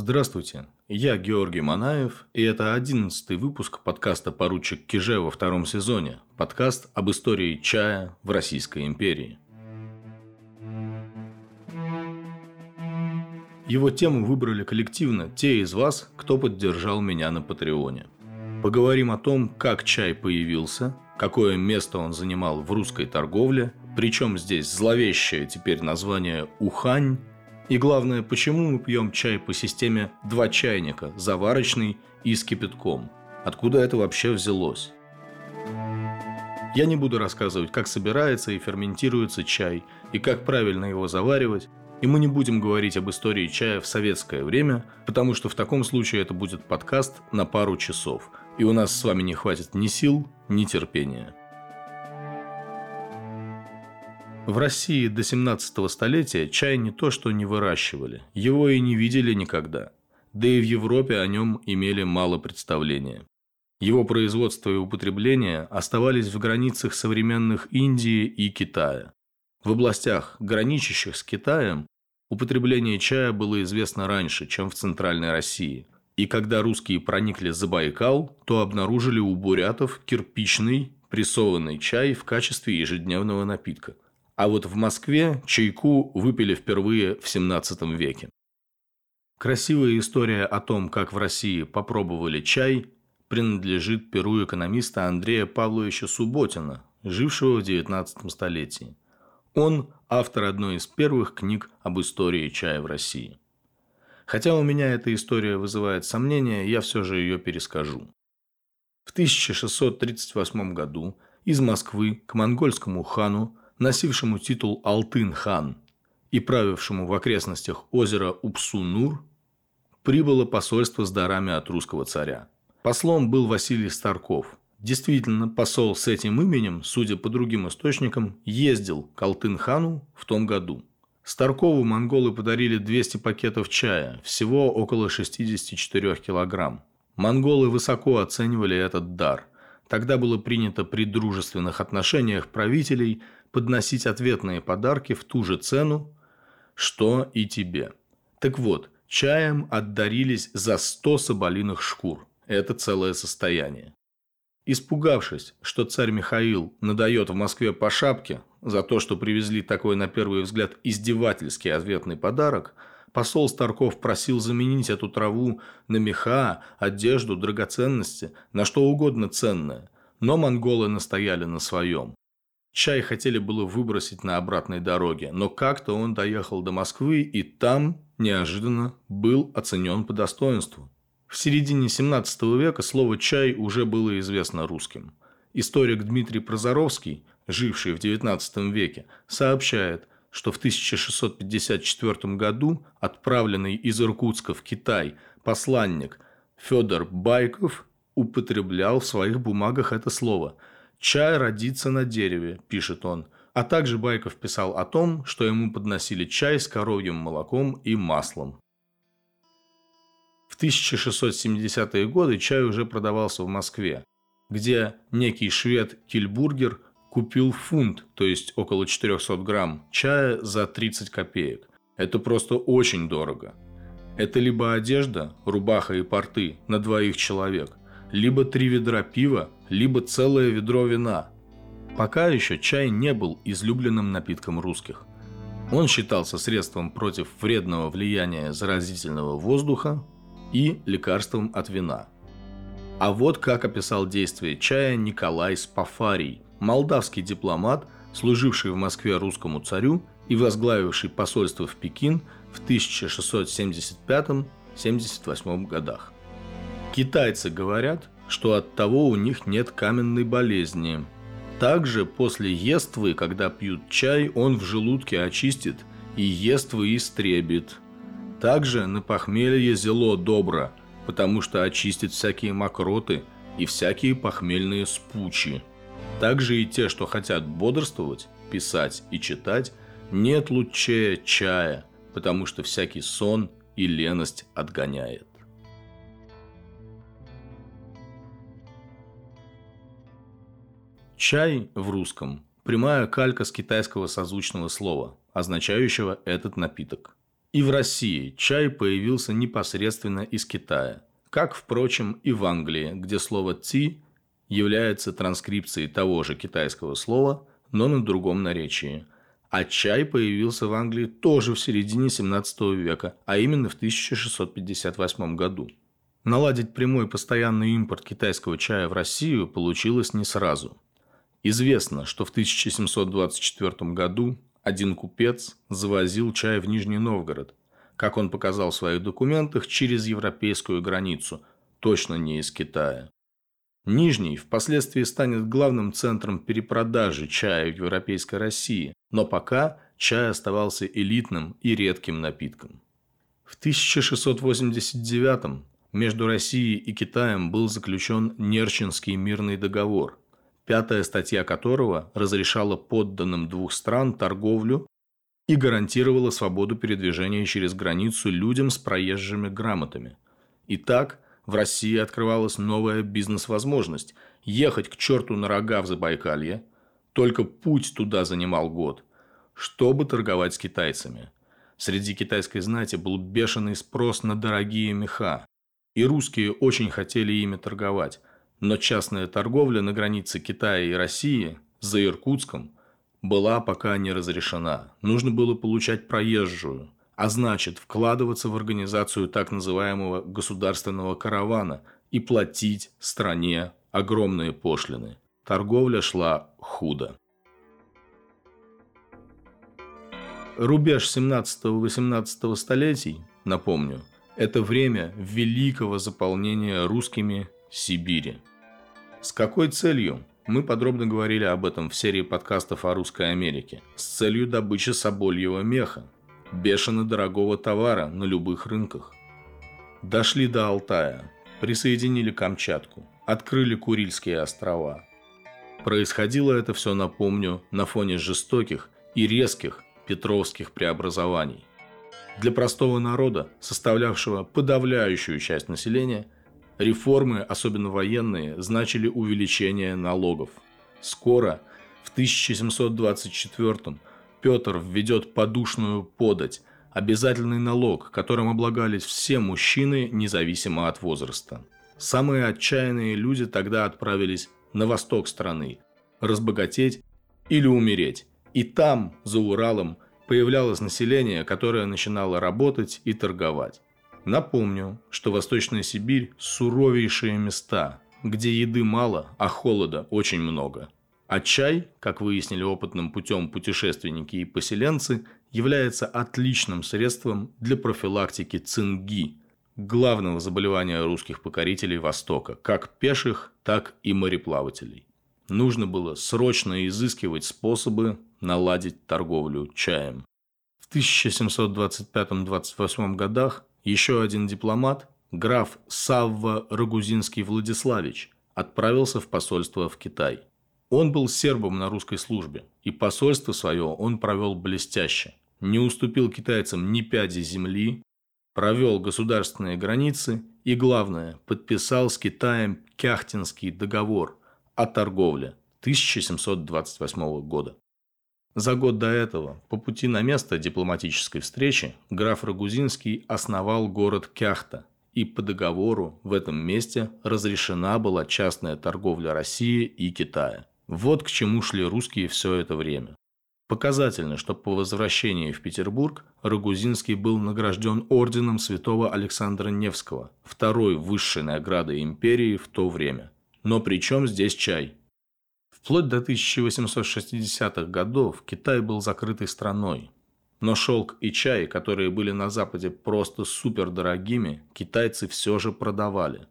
Здравствуйте, я Георгий Манаев, и это 11-й выпуск подкаста «Поручик Киже» во втором сезоне, подкаст об истории чая в Российской империи. Его тему выбрали коллективно те из вас, кто поддержал меня на Патреоне. Поговорим о том, как чай появился, какое место он занимал в русской торговле, причем здесь зловещее теперь название «Ухань», и главное, почему мы пьем чай по системе 2 чайника, заварочный и с кипятком. Откуда это вообще взялось? Я не буду рассказывать, как собирается и ферментируется чай, и как правильно его заваривать, и мы не будем говорить об истории чая в советское время, потому что в таком случае это будет подкаст на пару часов, и у нас с вами не хватит ни сил, ни терпения. В России до 17 столетия чай не то что не выращивали, его и не видели никогда. Да и в Европе о нем имели мало представления. Его производство и употребление оставались в границах современных Индии и Китая. В областях, граничащих с Китаем, употребление чая было известно раньше, чем в Центральной России. И когда русские проникли за Байкал, то обнаружили у бурятов кирпичный прессованный чай в качестве ежедневного напитка. А вот в Москве чайку выпили впервые в 17 веке. Красивая история о том, как в России попробовали чай, принадлежит перу экономиста Андрея Павловича Субботина, жившего в 19 столетии. Он автор одной из первых книг об истории чая в России. Хотя у меня эта история вызывает сомнения, я все же ее перескажу. В 1638 году из Москвы к монгольскому хану, носившему титул Алтын-хан и правившему в окрестностях озера Упсу-Нур, прибыло посольство с дарами от русского царя. Послом был Василий Старков. Действительно, посол с этим именем, судя по другим источникам, ездил к Алтын-хану в том году. Старкову монголы подарили 200 пакетов чая, всего около 64 килограмм. Монголы высоко оценивали этот дар. Тогда было принято при дружественных отношениях правителей подносить ответные подарки в ту же цену, что и тебе. Так вот, чаем отдарились за 100 соболиных шкур. Это целое состояние. Испугавшись, что царь Михаил надает в Москве по шапке за то, что привезли такой, на первый взгляд, издевательский ответный подарок, посол Старков просил заменить эту траву на меха, одежду, драгоценности, на что угодно ценное. Но монголы настояли на своем. Чай хотели было выбросить на обратной дороге, но как-то он доехал до Москвы и там, неожиданно, был оценен по достоинству. В середине 17 века слово «чай» уже было известно русским. Историк Дмитрий Прозоровский, живший в XIX веке, сообщает, что в 1654 году отправленный из Иркутска в Китай посланник Федор Байков употреблял в своих бумагах это слово. «Чай родится на дереве», – пишет он. А также Байков писал о том, что ему подносили чай с коровьим молоком и маслом. В 1670-е годы чай уже продавался в Москве, где некий швед Кильбургер купил фунт, то есть около 400 грамм, чая за 30 копеек. Это просто очень дорого. Это либо одежда, рубаха и порты на 2 человек, либо 3 ведра пива, либо целое ведро вина. Пока еще чай не был излюбленным напитком русских. Он считался средством против вредного влияния заразительного воздуха и лекарством от вина. А вот как описал действие чая Николай Спафарий, молдавский дипломат, служивший в Москве русскому царю и возглавивший посольство в Пекин в 1675-78 годах. Китайцы говорят, что от того у них нет каменной болезни. Также после ествы, когда пьют чай, он в желудке очистит и ествы истребит. Также на похмелье зело добро, потому что очистит всякие мокроты и всякие похмельные спучи. Также и те, что хотят бодрствовать, писать и читать, нет лучше чая, потому что всякий сон и леность отгоняет. Чай в русском – прямая калька с китайского созвучного слова, означающего этот напиток. И в России чай появился непосредственно из Китая, как, впрочем, и в Англии, где слово «ти» является транскрипцией того же китайского слова, но на другом наречии. А чай появился в Англии тоже в середине 17 века, а именно в 1658 году. Наладить прямой постоянный импорт китайского чая в Россию получилось не сразу. Известно, что в 1724 году один купец завозил чай в Нижний Новгород, как он показал в своих документах, через европейскую границу, точно не из Китая. Нижний впоследствии станет главным центром перепродажи чая в европейской России, но пока чай оставался элитным и редким напитком. В 1689 между Россией и Китаем был заключен Нерчинский мирный договор, 5-я статья которого разрешала подданным двух стран торговлю и гарантировала свободу передвижения через границу людям с проезжими грамотами. Итак, в России открывалась новая бизнес-возможность – ехать к черту на рога в Забайкалье, только путь туда занимал год, чтобы торговать с китайцами. Среди китайской знати был бешеный спрос на дорогие меха, и русские очень хотели ими торговать, но частная торговля на границе Китая и России, за Иркутском, была пока не разрешена. Нужно было получать проезжую, а значит вкладываться в организацию так называемого государственного каравана и платить стране огромные пошлины. Торговля шла худо. Рубеж 17-18 столетий, напомню, это время великого заполнения русскими Сибири. С какой целью? Мы подробно говорили об этом в серии подкастов о Русской Америке. С целью добычи собольего меха, бешено дорогого товара на любых рынках. Дошли до Алтая, присоединили Камчатку, открыли Курильские острова. Происходило это все, напомню, на фоне жестоких и резких петровских преобразований. Для простого народа, составлявшего подавляющую часть населения, реформы, особенно военные, значили увеличение налогов. Скоро, в 1724 Петр введет подушную подать, обязательный налог, которым облагались все мужчины, независимо от возраста. Самые отчаянные люди тогда отправились на восток страны, разбогатеть или умереть. И там, за Уралом, появлялось население, которое начинало работать и торговать. Напомню, что Восточная Сибирь – суровейшие места, где еды мало, а холода очень много. А чай, как выяснили опытным путем путешественники и поселенцы, является отличным средством для профилактики цинги, главного заболевания русских покорителей Востока, как пеших, так и мореплавателей. Нужно было срочно изыскивать способы наладить торговлю чаем. В 1725-28 годах еще один дипломат, граф Савва Рагузинский-Владиславич, отправился в посольство в Китай. Он был сербом на русской службе, и посольство свое он провел блестяще. Не уступил китайцам ни пяди земли, провел государственные границы и, главное, подписал с Китаем Кяхтинский договор о торговле 1728 года. За год до этого, по пути на место дипломатической встречи, граф Рагузинский основал город Кяхта, и по договору в этом месте разрешена была частная торговля России и Китая. Вот к чему шли русские все это время. Показательно, что по возвращении в Петербург Рагузинский был награжден орденом святого Александра Невского, второй высшей наградой империи в то время. Но при чем здесь чай? Вплоть до 1860-х годов Китай был закрытой страной. Но шелк и чай, которые были на Западе просто супердорогими, китайцы все же продавали.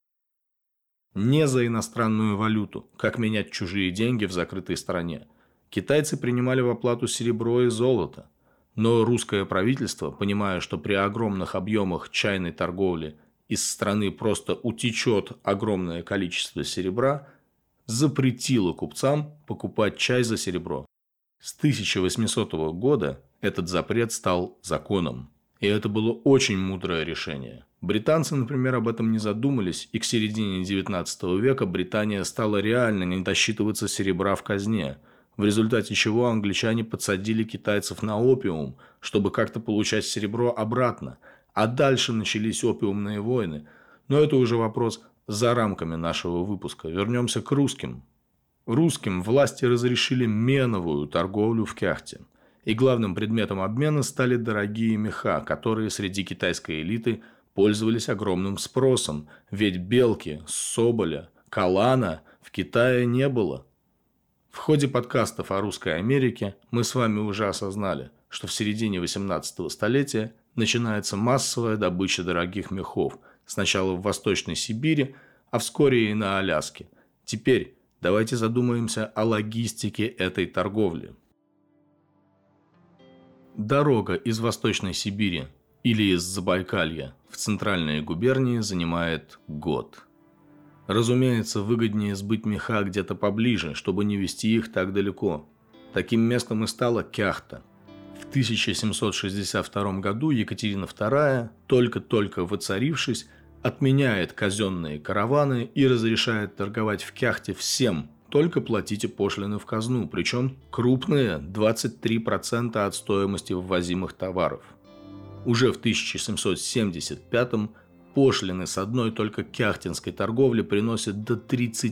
Не за иностранную валюту, как менять чужие деньги в закрытой стране. Китайцы принимали в оплату серебро и золото. Но русское правительство, понимая, что при огромных объемах чайной торговли из страны просто утечет огромное количество серебра, запретило купцам покупать чай за серебро. С 1800 года этот запрет стал законом. И это было очень мудрое решение. Британцы, например, об этом не задумались, и к середине XIX века Британия стала реально не досчитываться серебра в казне. в результате чего англичане подсадили китайцев на опиум, чтобы как-то получать серебро обратно, а дальше начались опиумные войны. Но это уже вопрос за рамками нашего выпуска. Вернемся к русским. Русским власти разрешили меновую торговлю в Кяхте. И главным предметом обмена стали дорогие меха, которые среди китайской элиты пользовались огромным спросом, ведь белки, соболя, калана в Китае не было. В ходе подкастов о Русской Америке мы с вами уже осознали, что в середине 18 столетия начинается массовая добыча дорогих мехов, сначала в Восточной Сибири, а вскоре и на Аляске. Теперь давайте задумаемся о логистике этой торговли. Дорога из Восточной Сибири или из Забайкалья в центральные губернии занимает год. Разумеется, выгоднее сбыть меха где-то поближе, чтобы не везти их так далеко. Таким местом и стала Кяхта. В 1762 году Екатерина II, только-только воцарившись, отменяет казенные караваны и разрешает торговать в Кяхте всем, только платите пошлины в казну, причем крупные 23% от стоимости ввозимых товаров. Уже в 1775 пошлины с одной только кяхтинской торговли приносят до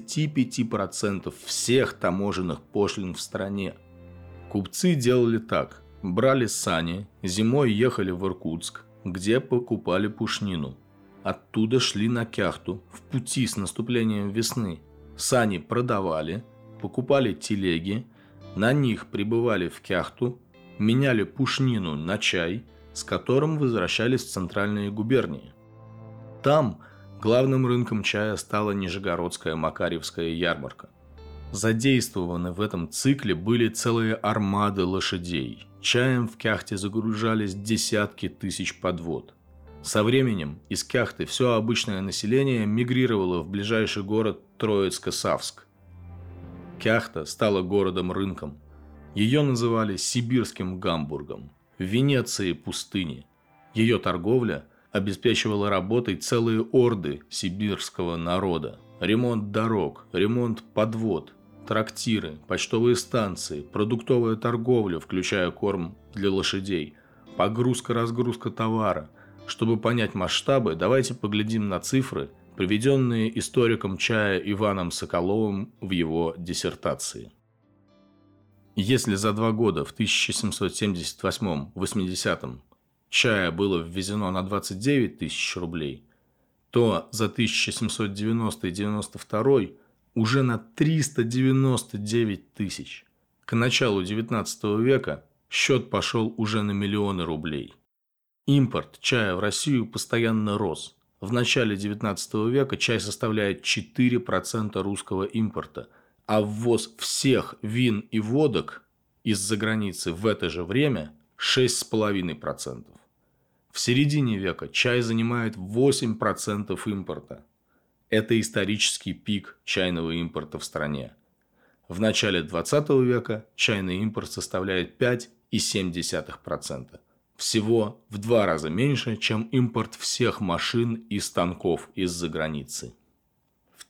35% всех таможенных пошлин в стране. Купцы делали так. Брали сани, зимой ехали в Иркутск, где покупали пушнину. Оттуда шли на Кяхту в пути с наступлением весны. Сани продавали, покупали телеги, на них прибывали в Кяхту, меняли пушнину на чай, с которым возвращались в центральные губернии. Там главным рынком чая стала Нижегородская Макарьевская ярмарка. Задействованы в этом цикле были целые армады лошадей. Чаем в Кяхте загружались десятки тысяч подвод. Со временем из Кяхты все обычное население мигрировало в ближайший город Троицко-Савск. Кяхта стала городом-рынком. Ее называли Сибирским Гамбургом, Венецией пустыни. Ее торговля обеспечивала работой целые орды сибирского народа. Ремонт дорог, ремонт подвод, трактиры, почтовые станции, продуктовая торговля, включая корм для лошадей, погрузка-разгрузка товара. Чтобы понять масштабы, давайте поглядим на цифры, приведенные историком чая Иваном Соколовым в его диссертации. Если за 2 года в 1778-80 чая было ввезено на 29 тысяч рублей, то за 1790-92 уже на 399 тысяч. К началу XIX века счет пошел уже на миллионы рублей. Импорт чая в Россию постоянно рос. В начале XIX века чай составляет 4% русского импорта, а ввоз всех вин и водок из-за границы в это же время 6,5%. В середине века чай занимает 8% импорта. Это исторический пик чайного импорта в стране. В начале XX века чайный импорт составляет 5,7%. Всего в 2 раза меньше, чем импорт всех машин и станков из-за границы. В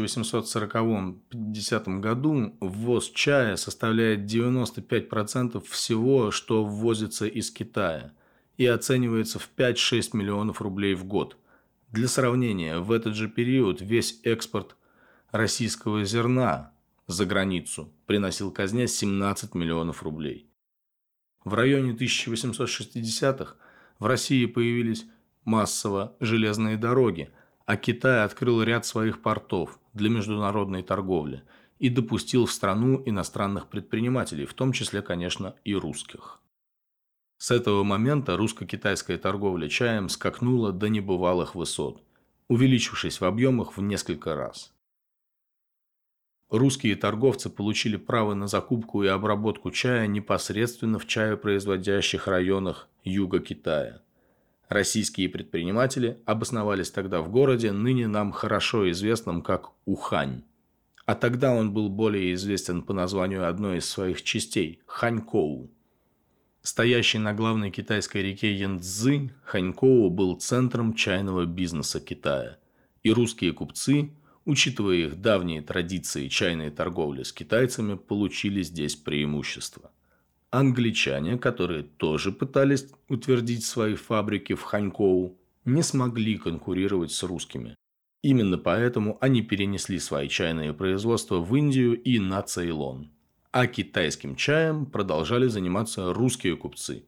1840-50 году ввоз чая составляет 95% всего, что ввозится из Китая, и оценивается в 5-6 миллионов рублей в год. Для сравнения, в этот же период весь экспорт российского зерна за границу приносил казне 17 миллионов рублей. В районе 1860-х в России появились массово железные дороги, а Китай открыл ряд своих портов для международной торговли и допустил в страну иностранных предпринимателей, в том числе, конечно, и русских. С этого момента русско-китайская торговля чаем скакнула до небывалых высот, увеличившись в объемах в несколько раз. Русские торговцы получили право на закупку и обработку чая непосредственно в чаепроизводящих районах юга Китая. Российские предприниматели обосновались тогда в городе, ныне нам хорошо известном как Ухань. А тогда он был более известен по названию одной из своих частей – Ханькоу. Стоящий на главной китайской реке Янцзы, Ханькоу был центром чайного бизнеса Китая. И русские купцы учитывая их давние традиции чайной торговли с китайцами, получили здесь преимущество. Англичане, которые тоже пытались утвердить свои фабрики в Ханькоу, не смогли конкурировать с русскими. Именно поэтому они перенесли свои чайные производства в Индию и на Цейлон. А китайским чаем продолжали заниматься русские купцы.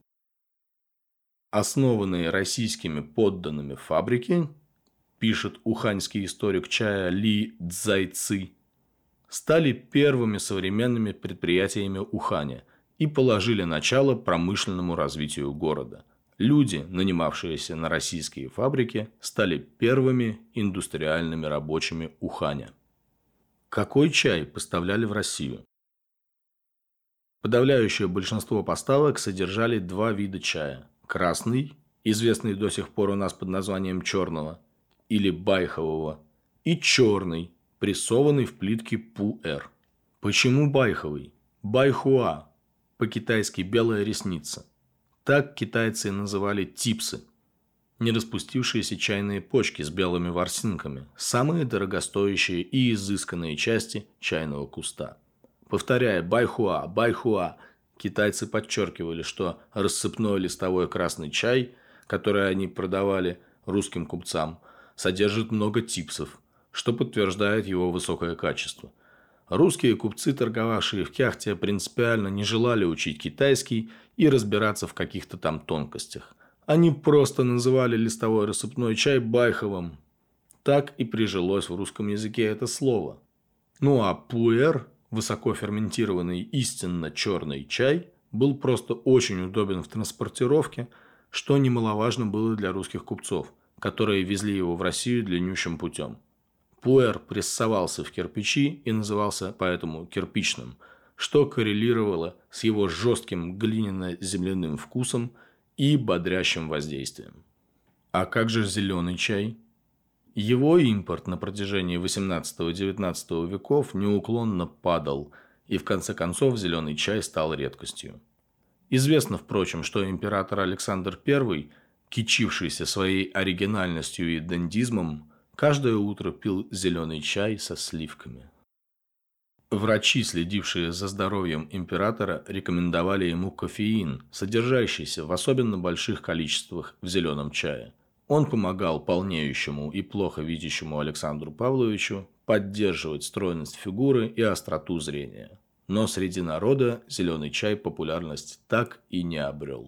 Основанные российскими подданными фабрики, пишет уханьский историк чая Ли Цзайци, стали первыми современными предприятиями Уханя и положили начало промышленному развитию города. Люди, нанимавшиеся на российские фабрики, стали первыми индустриальными рабочими Уханя. Какой чай поставляли в Россию? Подавляющее большинство поставок содержали два вида чая. Красный, известный до сих пор у нас под названием черного, или байхового, и черный, прессованный в плитке пуэр. Почему байховый? Байхуа, по-китайски белая ресница. Так китайцы называли типсы. Нераспустившиеся чайные почки с белыми ворсинками, самые дорогостоящие и изысканные части чайного куста. Повторяя «байхуа, байхуа», китайцы подчеркивали, что рассыпной листовой красный чай, который они продавали русским купцам, содержит много типсов, что подтверждает его высокое качество. Русские купцы, торговавшие в Кяхте, принципиально не желали учить китайский и разбираться в каких-то там тонкостях. Они просто называли листовой рассыпной чай байховым. Так и прижилось в русском языке это слово. Ну а пуэр, высокоферментированный истинно черный чай, был просто очень удобен в транспортировке, что немаловажно было для русских купцов, которые везли его в Россию длиннющим путем. Пуэр прессовался в кирпичи и назывался поэтому кирпичным, что коррелировало с его жестким глиняно-земляным вкусом и бодрящим воздействием. А как же зеленый чай? Его импорт на протяжении XVIII-XIX веков неуклонно падал, и в конце концов зеленый чай стал редкостью. Известно, впрочем, что император Александр I, кичившийся своей оригинальностью и дандизмом, каждое утро пил зеленый чай со сливками. Врачи, следившие за здоровьем императора, рекомендовали ему кофеин, содержащийся в особенно больших количествах в зеленом чае. Он помогал полнеющему и плохо видящему Александру Павловичу поддерживать стройность фигуры и остроту зрения. Но среди народа зеленый чай популярность так и не обрел.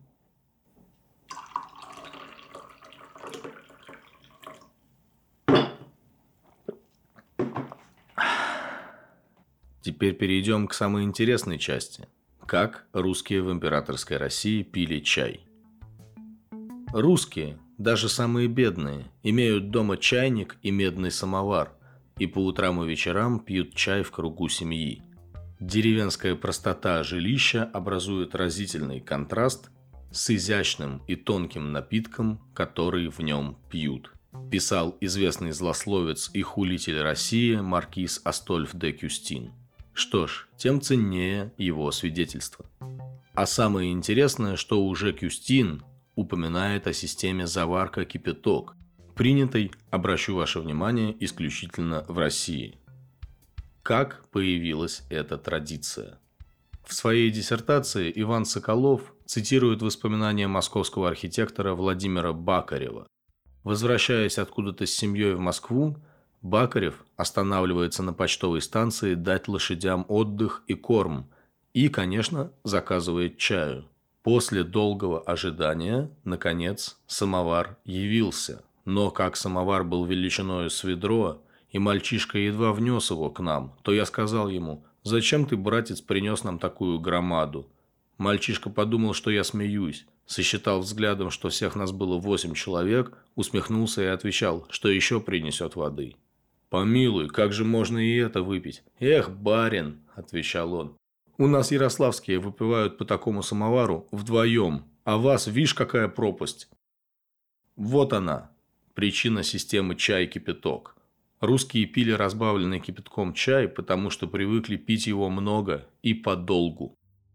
Теперь перейдем к самой интересной части. Как русские в императорской России пили чай. Русские, даже самые бедные, имеют дома чайник и медный самовар, и по утрам и вечерам пьют чай в кругу семьи. Деревенская простота жилища образует разительный контраст с изящным и тонким напитком, который в нем пьют, писал известный злословец и хулитель России маркиз Астольф де Кюстин. Что ж, тем ценнее его свидетельство. А самое интересное, что уже Кюстин упоминает о системе заварка-кипяток, принятой, обращу ваше внимание, исключительно в России. Как появилась эта традиция? В своей диссертации Иван Соколов цитирует воспоминания московского архитектора Владимира Бакарева. Возвращаясь откуда-то с семьей в Москву, Бакарев останавливается на почтовой станции дать лошадям отдых и корм и, конечно, заказывает чаю. После долгого ожидания, наконец, самовар явился. Но как самовар был величиною с ведро, и мальчишка едва внес его к нам, то я сказал ему: «Зачем ты, братец, принес нам такую громаду?» Мальчишка подумал, что я смеюсь, сосчитал взглядом, что всех нас было 8 человек, усмехнулся и отвечал, что еще принесет воды. «Помилуй, как же можно и это выпить?» «Эх, барин», – отвечал он, – «у нас ярославские выпивают по такому самовару вдвоем, а вас, вишь, какая пропасть». Вот она, причина системы чай-кипяток. Русские пили разбавленный кипятком чай, потому что привыкли пить его много и подолгу.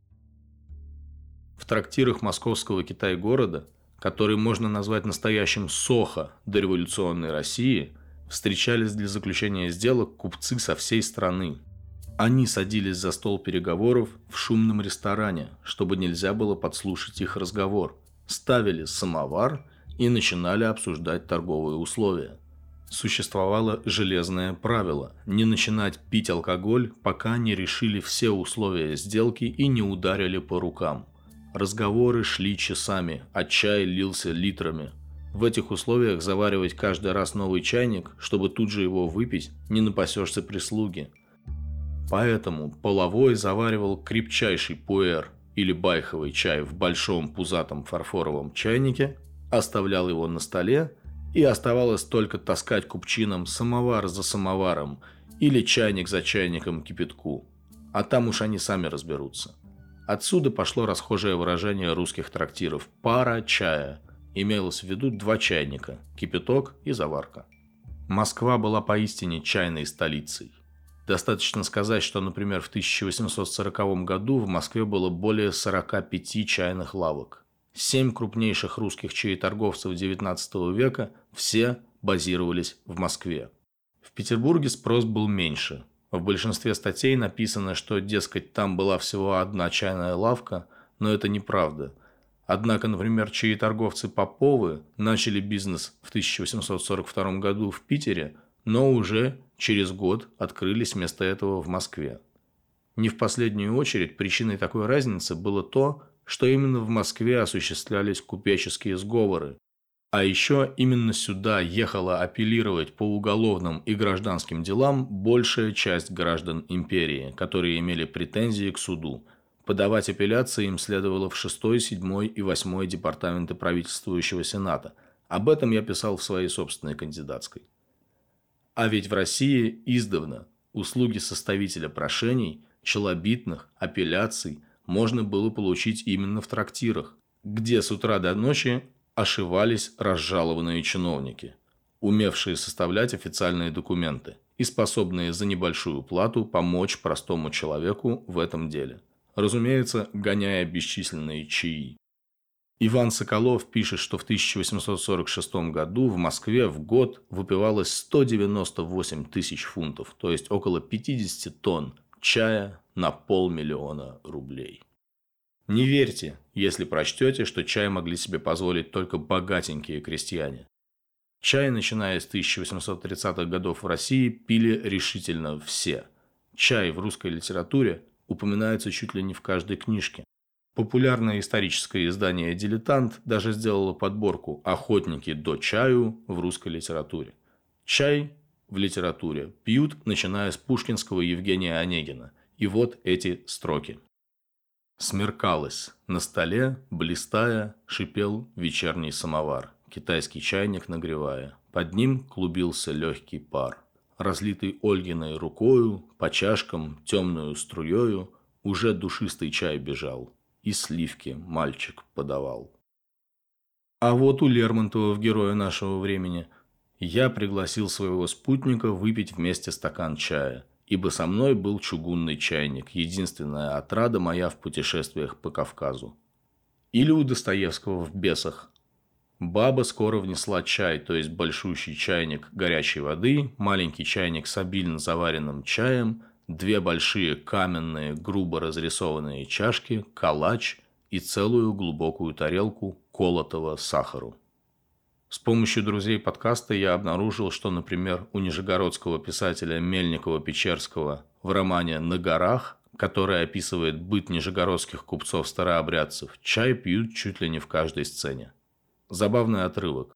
В трактирах московского Китай-города, который можно назвать настоящим Сохо дореволюционной России, Встречались для заключения сделок купцы со всей страны. Они садились за стол переговоров в шумном ресторане, чтобы нельзя было подслушать их разговор, ставили самовар и начинали обсуждать торговые условия. Существовало железное правило – не начинать пить алкоголь, пока не решили все условия сделки и не ударили по рукам. Разговоры шли часами, а чай лился литрами. В этих условиях заваривать каждый раз новый чайник, чтобы тут же его выпить, не напасешься прислуги. Поэтому половой заваривал крепчайший пуэр или байховый чай в большом пузатом фарфоровом чайнике, оставлял его на столе, и оставалось только таскать купчинам самовар за самоваром или чайник за чайником кипятку. А там уж они сами разберутся. Отсюда пошло расхожее выражение русских трактиров «пара чая». Имелось в виду 2 чайника – кипяток и заварка. Москва была поистине чайной столицей. Достаточно сказать, что, например, в 1840 году в Москве было более 45 чайных лавок. 7 крупнейших русских чаеторговцев XIX века все базировались в Москве. В Петербурге спрос был меньше. В большинстве статей написано, что, дескать, там была всего 1 чайная лавка, но это неправда. Однако, например, чаеторговцы Поповы начали бизнес в 1842 году в Питере, но уже через год открылись вместо этого в Москве. Не в последнюю очередь причиной такой разницы было то, что именно в Москве осуществлялись купеческие сговоры, а еще именно сюда ехала апеллировать по уголовным и гражданским делам большая часть граждан империи, которые имели претензии к суду. Подавать апелляции им следовало в 6, 7 и 8 департаменты правительствующего Сената. Об этом я писал в своей собственной кандидатской. А ведь в России издавна услуги составителя прошений, челобитных, апелляций можно было получить именно в трактирах, где с утра до ночи ошивались разжалованные чиновники, умевшие составлять официальные документы и способные за небольшую плату помочь простому человеку в этом деле. Разумеется, гоняя бесчисленные чаи. Иван Соколов пишет, что в 1846 году в Москве в год выпивалось 198 тысяч фунтов, то есть около 50 тонн чая на 500 000 рублей. Не верьте, если прочтете, что чай могли себе позволить только богатенькие крестьяне. Чай, начиная с 1830-х годов в России, пили решительно все. Чай в русской литературе упоминается чуть ли не в каждой книжке. Популярное историческое издание «Дилетант» даже сделало подборку «Охотники до чаю в русской литературе». Чай в литературе пьют, начиная с пушкинского Евгения Онегина. И вот эти строки. Смеркалось. На столе, блистая, шипел вечерний самовар, китайский чайник нагревая. Под ним клубился легкий пар. Разлитый Ольгиной рукою, по чашкам темную струёю, уже душистый чай бежал, и сливки мальчик подавал. А вот у Лермонтова в «Герое нашего времени» я пригласил своего спутника выпить вместе стакан чая, ибо со мной был чугунный чайник, единственная отрада моя в путешествиях по Кавказу. Или у Достоевского в «Бесах». Баба скоро внесла чай, то есть большущий чайник горячей воды, маленький чайник с обильно заваренным чаем, 2 большие каменные, грубо разрисованные чашки, калач и целую глубокую тарелку колотого сахару. С помощью друзей подкаста я обнаружил, что, например, у нижегородского писателя Мельникова-Печерского в романе «На горах», который описывает быт нижегородских купцов-старообрядцев, чай пьют чуть ли не в каждой сцене. Забавный отрывок.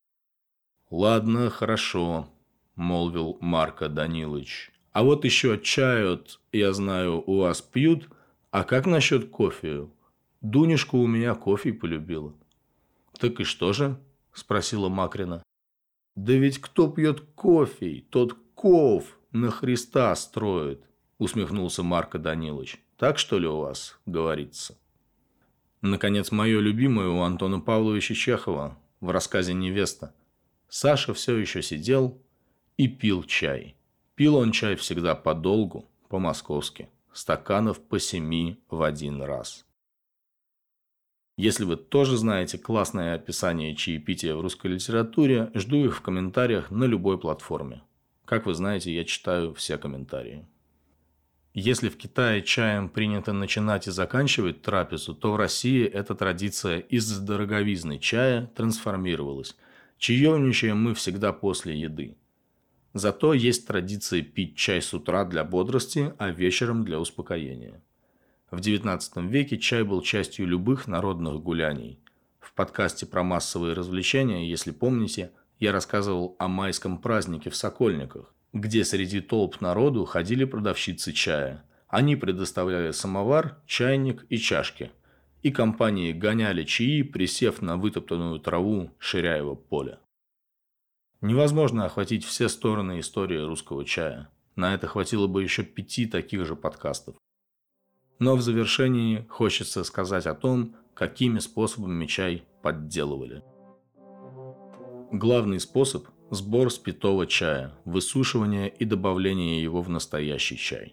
«Ладно, хорошо», – молвил Марко Данилыч. «А вот еще чай, я знаю, у вас пьют, а как насчет кофе? Дунюшка у меня кофе полюбила». «Так и что же?» – спросила Макрина. «Да ведь кто пьет кофе, тот ков на Христа строит», – усмехнулся Марко Данилович. «Так что ли у вас говорится?» Наконец, мое любимое у Антона Павловича Чехова в рассказе «Невеста». Саша все еще сидел и пил чай. Пил он чай всегда подолгу, по-московски, стаканов по 7 в один раз. Если вы тоже знаете классное описание чаепития в русской литературе, жду их в комментариях на любой платформе. Как вы знаете, я читаю все комментарии. Если в Китае чаем принято начинать и заканчивать трапезу, то в России эта традиция из-за дороговизны чая трансформировалась. Чаевничаем мы всегда после еды. Зато есть традиция пить чай с утра для бодрости, а вечером для успокоения. В XIX веке чай был частью любых народных гуляний. В подкасте про массовые развлечения, если помните, я рассказывал о майском празднике в Сокольниках, где среди толп народу ходили продавщицы чая. Они предоставляли самовар, чайник и чашки. И компании гоняли чаи, присев на вытоптанную траву Ширяева поля. Невозможно охватить все стороны истории русского чая. На это хватило бы еще 5 таких же подкастов. Но в завершении хочется сказать о том, какими способами чай подделывали. Главный способ – сбор спитого чая, высушивание и добавление его в настоящий чай.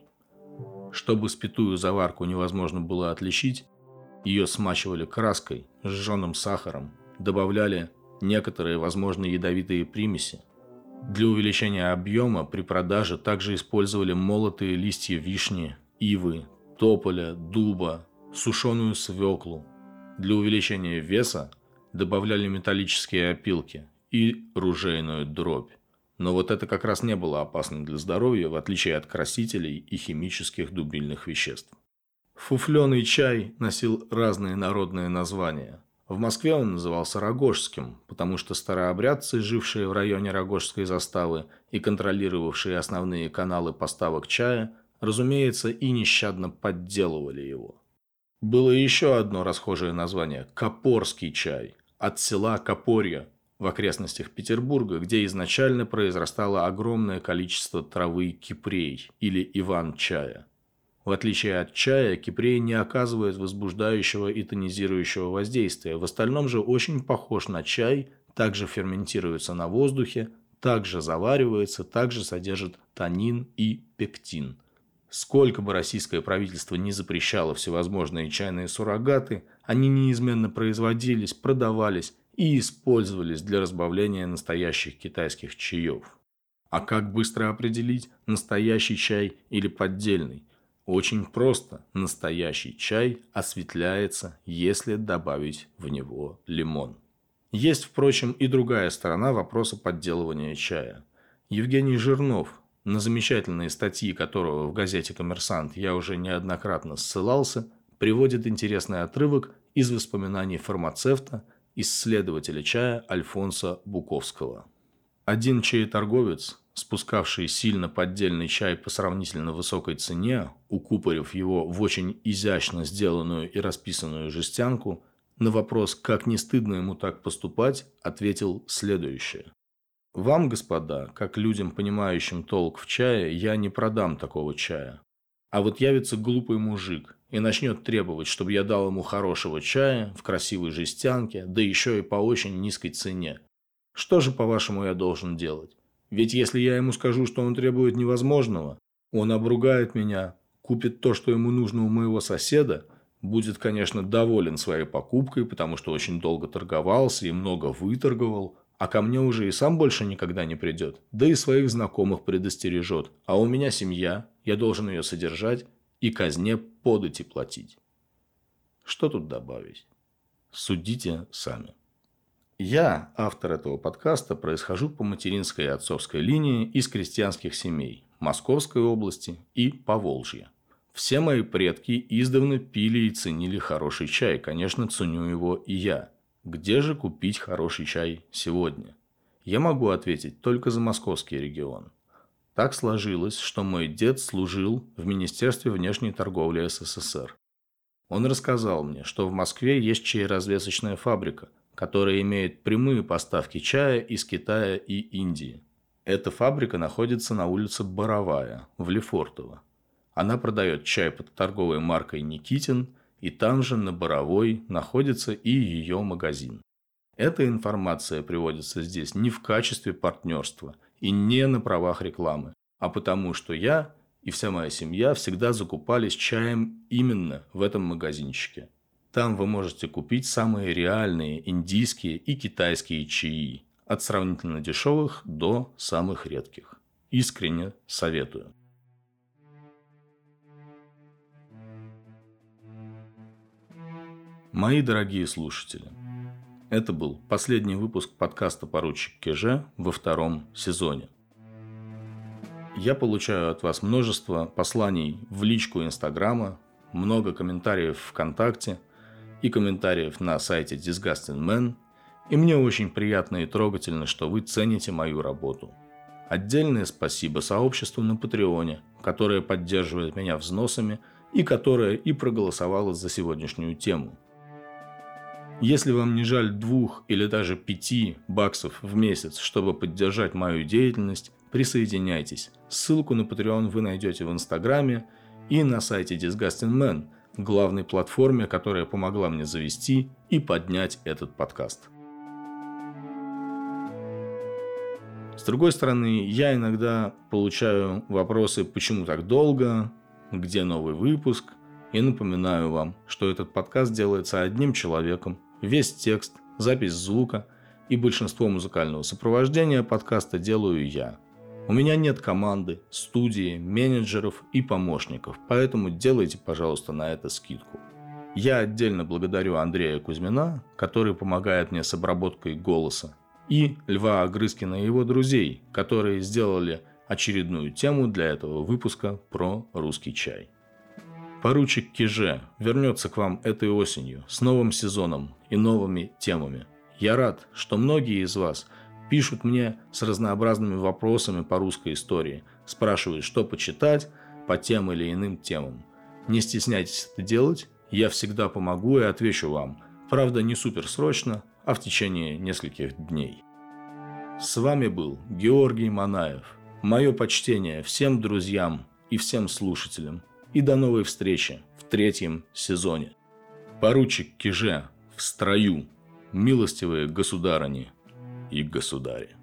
Чтобы спитую заварку невозможно было отличить, ее смачивали краской, сжженным сахаром, добавляли некоторые, возможно, ядовитые примеси. Для увеличения объема при продаже также использовали молотые листья вишни, ивы, тополя, дуба, сушеную свеклу. Для увеличения веса добавляли металлические опилки и ружейную дробь. Но вот это как раз не было опасно для здоровья, в отличие от красителей и химических дубильных веществ. Фуфлёный чай носил разные народные названия. В Москве он назывался рогожским, потому что старообрядцы, жившие в районе Рогожской заставы и контролировавшие основные каналы поставок чая, разумеется, и нещадно подделывали его. Было еще одно расхожее название – Копорский чай, от села Копорье в окрестностях Петербурга, где изначально произрастало огромное количество травы кипрей или иван-чая. В отличие от чая, кипрей не оказывает возбуждающего и тонизирующего воздействия, в остальном же очень похож на чай, также ферментируется на воздухе, также заваривается, также содержит танин и пектин. Сколько бы российское правительство ни запрещало всевозможные чайные суррогаты, они неизменно производились, продавались и использовались для разбавления настоящих китайских чаев. А как быстро определить, настоящий чай или поддельный? Очень просто. Настоящий чай осветляется, если добавить в него лимон. Есть, впрочем, и другая сторона вопроса подделывания чая. Евгений Жирнов, на замечательные статьи которого в газете «Коммерсант» я уже неоднократно ссылался, приводит интересный отрывок из воспоминаний фармацевта, исследователя чая Альфонса Буковского. Один чаеторговец, спускавший сильно поддельный чай по сравнительно высокой цене, укупорив его в очень изящно сделанную и расписанную жестянку, на вопрос, как не стыдно ему так поступать, ответил следующее. «Вам, господа, как людям, понимающим толк в чае, я не продам такого чая. А вот явится глупый мужик и начнет требовать, чтобы я дал ему хорошего чая в красивой жестянке, да еще и по очень низкой цене. Что же, по-вашему, я должен делать? Ведь если я ему скажу, что он требует невозможного, он обругает меня, купит то, что ему нужно у моего соседа, будет, конечно, доволен своей покупкой, потому что очень долго торговался и много выторговал, а ко мне уже и сам больше никогда не придет, да и своих знакомых предостережет, а у меня семья, я должен ее содержать и казне подати платить». Что тут добавить? Судите сами. Я, автор этого подкаста, происхожу по материнской и отцовской линии из крестьянских семей Московской области и Поволжья. Все мои предки издавна пили и ценили хороший чай, конечно, ценю его и я. Где же купить хороший чай сегодня? Я могу ответить только за московский регион. Так сложилось, что мой дед служил в Министерстве внешней торговли СССР. Он рассказал мне, что в Москве есть чаеразвесочная фабрика, которая имеет прямые поставки чая из Китая и Индии. Эта фабрика находится на улице Боровая, в Лефортово. Она продает чай под торговой маркой «Никитин», и там же на Боровой находится и ее магазин. Эта информация приводится здесь не в качестве партнерства и не на правах рекламы, а потому что я и вся моя семья всегда закупались чаем именно в этом магазинчике. Там вы можете купить самые реальные индийские и китайские чаи, от сравнительно дешевых до самых редких. Искренне советую. Мои дорогие слушатели, это был последний выпуск подкаста «Поручик Кеже» во 2 сезоне. Я получаю от вас множество посланий в личку Инстаграма, много комментариев ВКонтакте и комментариев на сайте Disgusting Man, и мне очень приятно и трогательно, что вы цените мою работу. Отдельное спасибо сообществу на Патреоне, которое поддерживает меня взносами и которое и проголосовало за сегодняшнюю тему. Если вам не жаль 2 или даже 5 баксов в месяц, чтобы поддержать мою деятельность, присоединяйтесь. Ссылку на Patreon вы найдете в Инстаграме и на сайте Disgusting Man, главной платформе, которая помогла мне завести и поднять этот подкаст. С другой стороны, я иногда получаю вопросы, почему так долго, где новый выпуск, и напоминаю вам, что этот подкаст делается одним человеком, весь текст, запись звука и большинство музыкального сопровождения подкаста делаю я. У меня нет команды, студии, менеджеров и помощников, поэтому делайте, пожалуйста, на это скидку. Я отдельно благодарю Андрея Кузьмина, который помогает мне с обработкой голоса, и Льва Огрызкина и его друзей, которые сделали очередную тему для этого выпуска про русский чай. Поручик Кеже вернется к вам этой осенью с новым сезоном и новыми темами. Я рад, что многие из вас пишут мне с разнообразными вопросами по русской истории, спрашивают, что почитать по тем или иным темам. Не стесняйтесь это делать, я всегда помогу и отвечу вам. Правда, не суперсрочно, а в течение нескольких дней. С вами был Георгий Манаев. Мое почтение всем друзьям и всем слушателям. И до новой встречи в 3 сезоне. Поручик Кеже в строю. Милостивые государыни и государи.